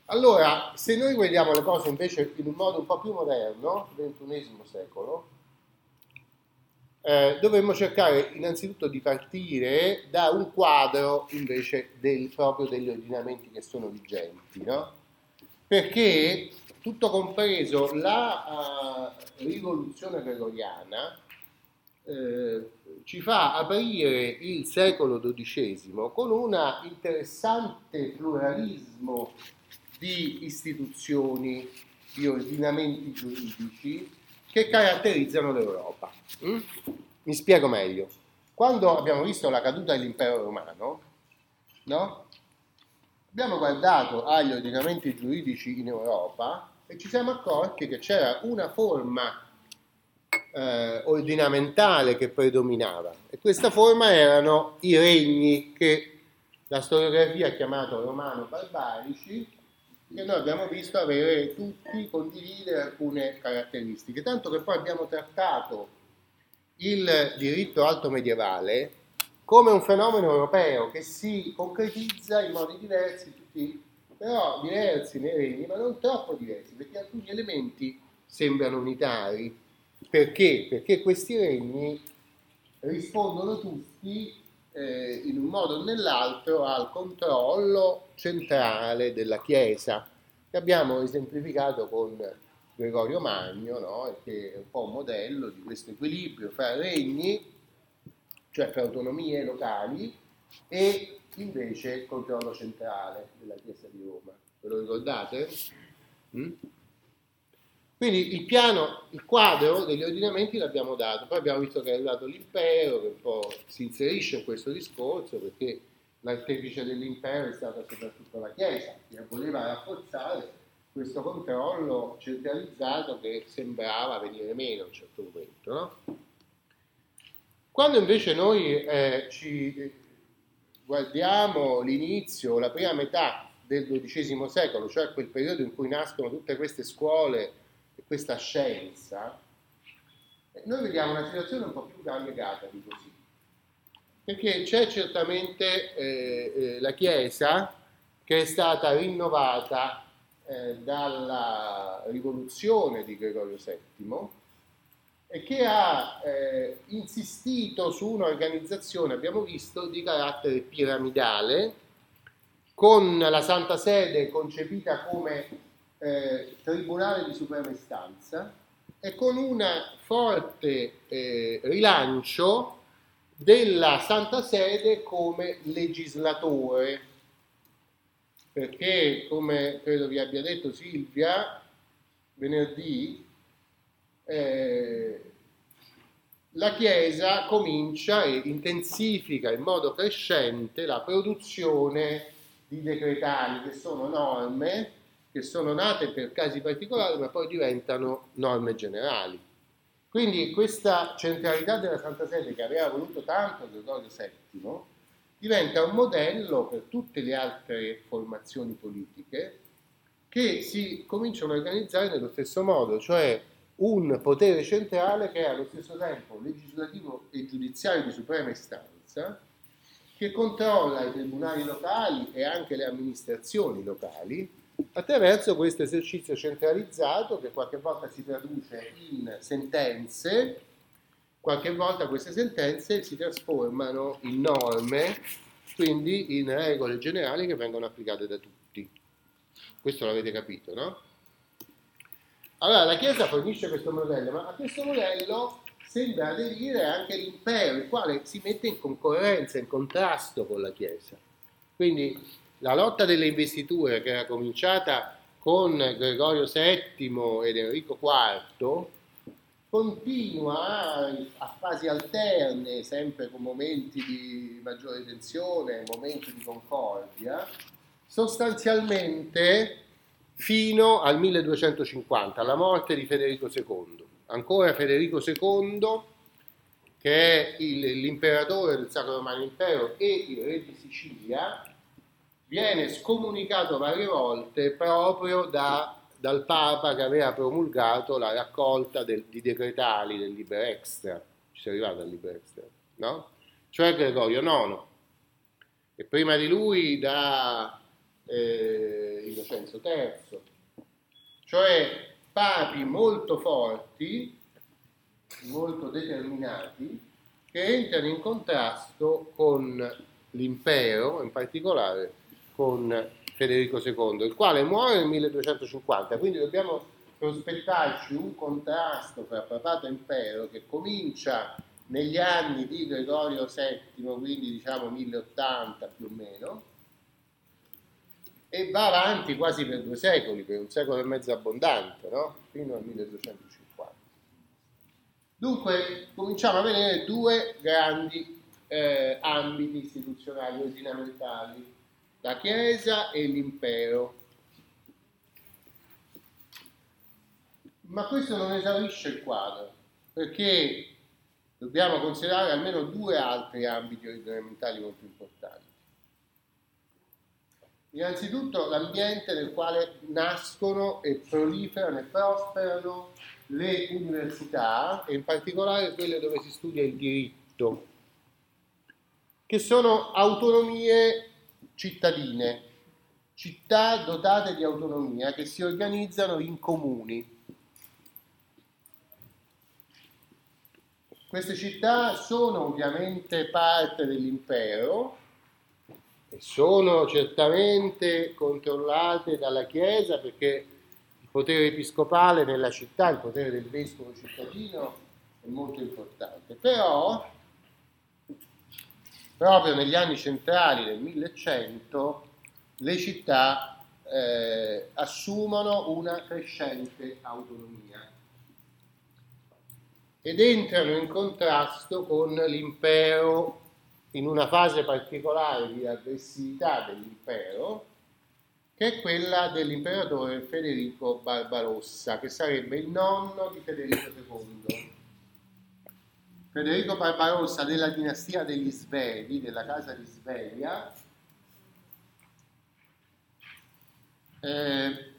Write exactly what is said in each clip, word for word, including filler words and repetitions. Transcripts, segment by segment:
Allora, se noi vediamo le cose invece in un modo un po' più moderno, ventunesimo secolo, eh, dovremmo cercare innanzitutto di partire da un quadro invece del, proprio degli ordinamenti che sono vigenti, no? Perché tutto compreso la uh, rivoluzione gregoriana eh, ci fa aprire il secolo dodicesimo con un interessante pluralismo di istituzioni, di ordinamenti giuridici che caratterizzano l'Europa. Mm? Mi spiego meglio. Quando abbiamo visto la caduta dell'impero romano, no? Abbiamo guardato agli ordinamenti giuridici in Europa e ci siamo accorti che c'era una forma eh, ordinamentale che predominava e questa forma erano i regni che la storiografia ha chiamato romano-barbarici, che noi abbiamo visto avere tutti, condividere alcune caratteristiche, tanto che poi abbiamo trattato il diritto alto medievale come un fenomeno europeo che si concretizza in modi diversi, tutti, però diversi nei regni, ma non troppo diversi, perché alcuni elementi sembrano unitari. Perché? Perché questi regni rispondono tutti eh, in un modo o nell'altro al controllo centrale della Chiesa, che abbiamo esemplificato con Gregorio Magno, no? Che è un po' un modello di questo equilibrio fra regni, cioè fra autonomie locali, e invece il controllo centrale della Chiesa di Roma. Ve lo ricordate? Mm? Quindi il piano, il quadro degli ordinamenti l'abbiamo dato, poi abbiamo visto che è arrivato l'impero, che un po' si inserisce in questo discorso, perché l'artefice dell'impero è stata soprattutto la Chiesa, che voleva rafforzare questo controllo centralizzato che sembrava venire meno a un certo momento, no? Quando invece noi eh, ci guardiamo l'inizio, la prima metà del dodicesimo secolo, cioè quel periodo in cui nascono tutte queste scuole e questa scienza, noi vediamo una situazione un po' più variegata di così. Perché c'è certamente eh, eh, la Chiesa che è stata rinnovata eh, dalla rivoluzione di Gregorio settimo e che ha eh, insistito su un'organizzazione, abbiamo visto, di carattere piramidale, con la Santa Sede concepita come eh, tribunale di suprema istanza e con un forte eh, rilancio della Santa Sede come legislatore, perché, come credo vi abbia detto Silvia venerdì, eh, la Chiesa comincia e intensifica in modo crescente la produzione di decretali, che sono norme che sono nate per casi particolari ma poi diventano norme generali. Quindi questa centralità della Santa Sede, che aveva voluto tanto Gregorio settimo, diventa un modello per tutte le altre formazioni politiche che si cominciano a organizzare nello stesso modo, cioè un potere centrale che è allo stesso tempo legislativo e giudiziario di suprema istanza, che controlla i tribunali locali e anche le amministrazioni locali attraverso questo esercizio centralizzato che qualche volta si traduce in sentenze, qualche volta queste sentenze si trasformano in norme, quindi in regole generali che vengono applicate da tutti. Questo l'avete capito, no? Allora la Chiesa fornisce questo modello, ma a questo modello sembra aderire anche l'impero, il quale si mette in concorrenza, in contrasto con la Chiesa. Quindi la lotta delle investiture, che era cominciata con Gregorio settimo ed Enrico quarto, continua a fasi alterne, sempre con momenti di maggiore tensione, momenti di concordia, sostanzialmente fino al milleduecentocinquanta, alla morte di Federico secondo. Ancora Federico secondo, che è il, l'imperatore del Sacro Romano Impero e il re di Sicilia, viene scomunicato varie volte proprio da, dal Papa, che aveva promulgato la raccolta del, di decretali del Liber Extra. Ci si è arrivato al Liber Extra, no? Cioè Gregorio nono. E prima di lui da eh, Innocenzo Alfonso terzo, cioè papi molto forti, molto determinati, che entrano in contrasto con l'impero, in particolare con Federico secondo, il quale muore nel milleduecentocinquanta, quindi dobbiamo prospettarci un contrasto fra papato e impero che comincia negli anni di Gregorio settimo, quindi diciamo mille ottanta più o meno, e va avanti quasi per due secoli, per un secolo e mezzo abbondante, no? Fino al milleduecentocinquanta. Dunque cominciamo a vedere due grandi eh, ambiti istituzionali ordinamentali, la Chiesa e l'impero. Ma questo non esaurisce il quadro, perché dobbiamo considerare almeno due altri ambiti ordinamentali molto importanti. Innanzitutto l'ambiente nel quale nascono e proliferano e prosperano le università, e in particolare quelle dove si studia il diritto, che sono autonomie cittadine, città dotate di autonomia che si organizzano in comuni. Queste città sono ovviamente parte dell'impero e sono certamente controllate dalla Chiesa, perché il potere episcopale nella città, il potere del vescovo cittadino è molto importante. Però proprio negli anni centrali del millecento le città eh, assumono una crescente autonomia ed entrano in contrasto con l'impero in una fase particolare di aggressività dell'impero, che è quella dell'imperatore Federico Barbarossa, che sarebbe il nonno di Federico secondo. Federico Barbarossa della dinastia degli Svedi, della casa di Svevia, eh,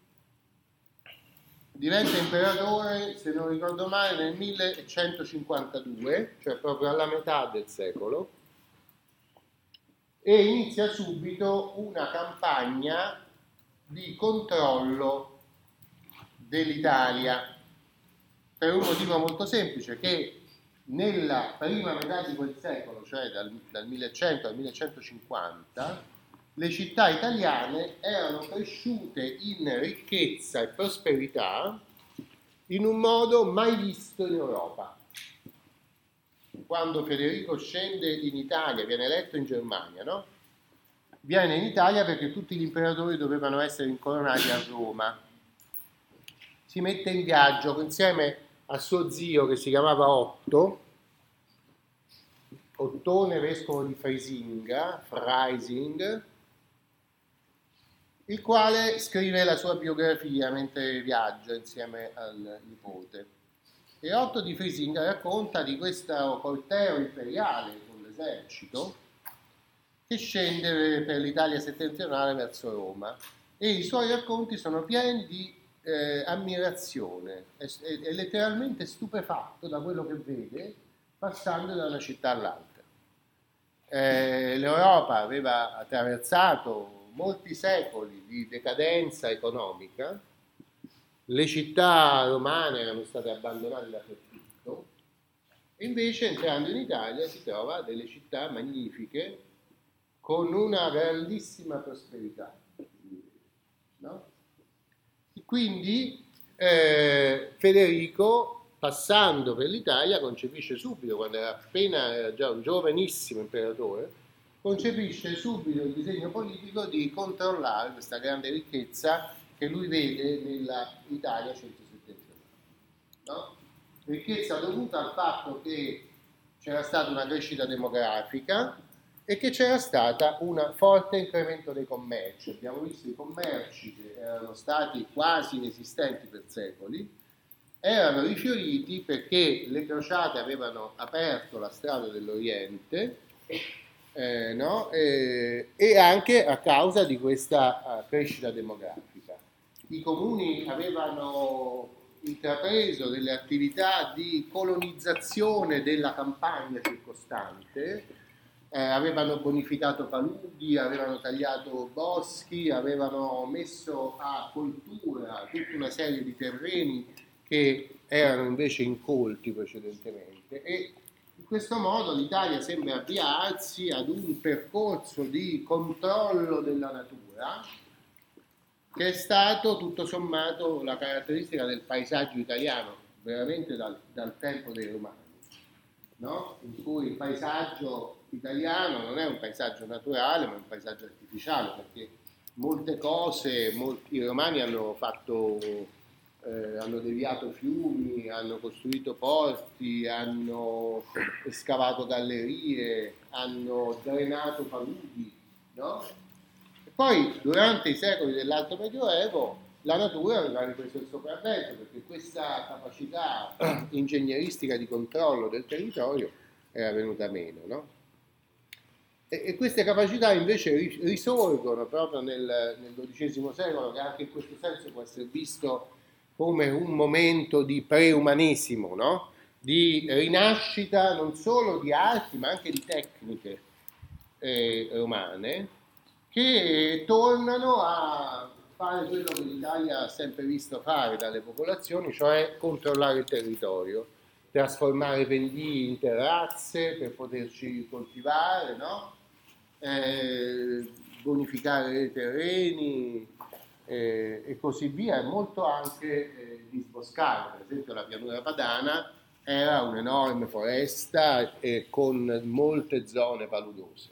diventa imperatore, se non ricordo male, nel millecentocinquantadue, cioè proprio alla metà del secolo, e inizia subito una campagna di controllo dell'Italia, per un motivo molto semplice, che nella prima metà di quel secolo, cioè dal, dal millecento al millecentocinquanta, le città italiane erano cresciute in ricchezza e prosperità in un modo mai visto in Europa. Quando Federico scende in Italia, viene eletto in Germania, no? Viene in Italia perché tutti gli imperatori dovevano essere incoronati a Roma. Si mette in viaggio insieme a suo zio che si chiamava Otto, Ottone vescovo di Frisinga, Freising, il quale scrive la sua biografia mentre viaggia insieme al nipote. E Otto di Frisinga racconta di questo corteo imperiale con l'esercito che scende per l'Italia settentrionale verso Roma, e i suoi racconti sono pieni di eh, ammirazione, è, è, è letteralmente stupefatto da quello che vede passando da una città all'altra. Eh, L'Europa aveva attraversato molti secoli di decadenza economica, le città romane erano state abbandonate dappertutto, e invece entrando in Italia si trova delle città magnifiche con una grandissima prosperità, no? E quindi eh, Federico, passando per l'Italia, concepisce subito, quando era appena era già un giovanissimo imperatore, concepisce subito il disegno politico di controllare questa grande ricchezza che lui vede nella Italia centro-settentrionale, no? Ricchezza dovuta al fatto che c'era stata una crescita demografica e che c'era stato un forte incremento dei commerci. Abbiamo visto i commerci che erano stati quasi inesistenti per secoli, erano rifioriti perché le crociate avevano aperto la strada dell'Oriente, eh, no? eh, e anche a causa di questa uh, crescita demografica. I comuni avevano intrapreso delle attività di colonizzazione della campagna circostante, eh, avevano bonificato paludi, avevano tagliato boschi, avevano messo a coltura tutta una serie di terreni che erano invece incolti precedentemente, e in questo modo l'Italia sembra avviarsi ad un percorso di controllo della natura che è stato tutto sommato la caratteristica del paesaggio italiano veramente dal, dal tempo dei Romani, no? In cui il paesaggio italiano non è un paesaggio naturale ma è un paesaggio artificiale, perché molte cose, molti, i Romani hanno fatto, eh, hanno deviato fiumi, hanno costruito porti, hanno scavato gallerie, hanno drenato paludi, no? Poi, durante i secoli dell'Alto Medioevo, la natura aveva ripreso il sopravvento, perché questa capacità ingegneristica di controllo del territorio era venuta meno, no? E, e queste capacità invece risorgono proprio nel, nel dodicesimo secolo, che anche in questo senso può essere visto come un momento di preumanesimo, no? Di rinascita non solo di arti, ma anche di tecniche eh, romane, che tornano a fare quello che l'Italia ha sempre visto fare dalle popolazioni, cioè controllare il territorio, trasformare pendii in terrazze per poterci coltivare, no? eh, bonificare i terreni eh, e così via, e molto anche eh, disboscare. Per esempio la pianura padana era un'enorme foresta eh, con molte zone paludose.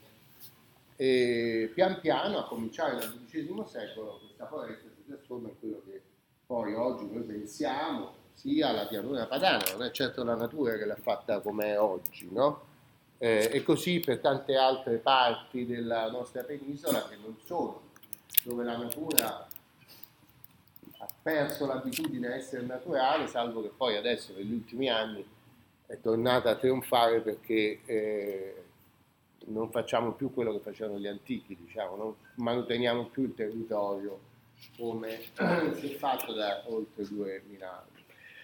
E pian piano, a cominciare dal dodicesimo secolo, questa foresta si trasforma in quello che poi oggi noi pensiamo sia la pianura padana, non è certo la natura che l'ha fatta come è oggi, no? Eh, e così per tante altre parti della nostra penisola che non sono, dove la natura ha perso l'abitudine a essere naturale, salvo che poi adesso negli ultimi anni è tornata a trionfare perché eh, non facciamo più quello che facevano gli antichi, diciamo, non manteniamo più il territorio come si è fatto da oltre duemila anni.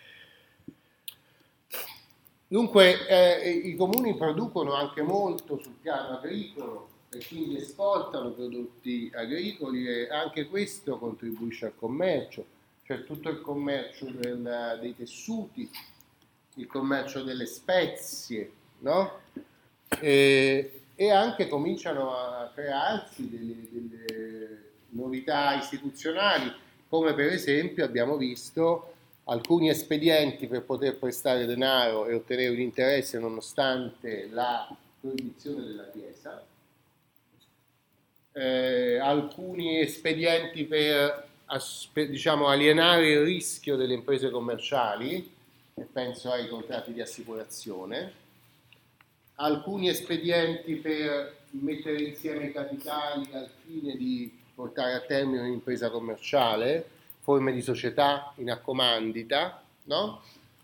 Dunque eh, i comuni producono anche molto sul piano agricolo e quindi esportano prodotti agricoli, e anche questo contribuisce al commercio, cioè tutto il commercio del, dei tessuti, il commercio delle spezie, no? E, e anche cominciano a crearsi delle, delle novità istituzionali, come per esempio abbiamo visto alcuni espedienti per poter prestare denaro e ottenere un interesse nonostante la proibizione della Chiesa, eh, alcuni espedienti per, per diciamo, alienare il rischio delle imprese commerciali, e penso ai contratti di assicurazione, alcuni espedienti per mettere insieme i capitali al fine di portare a termine un'impresa commerciale, forme di società in accomandita, no?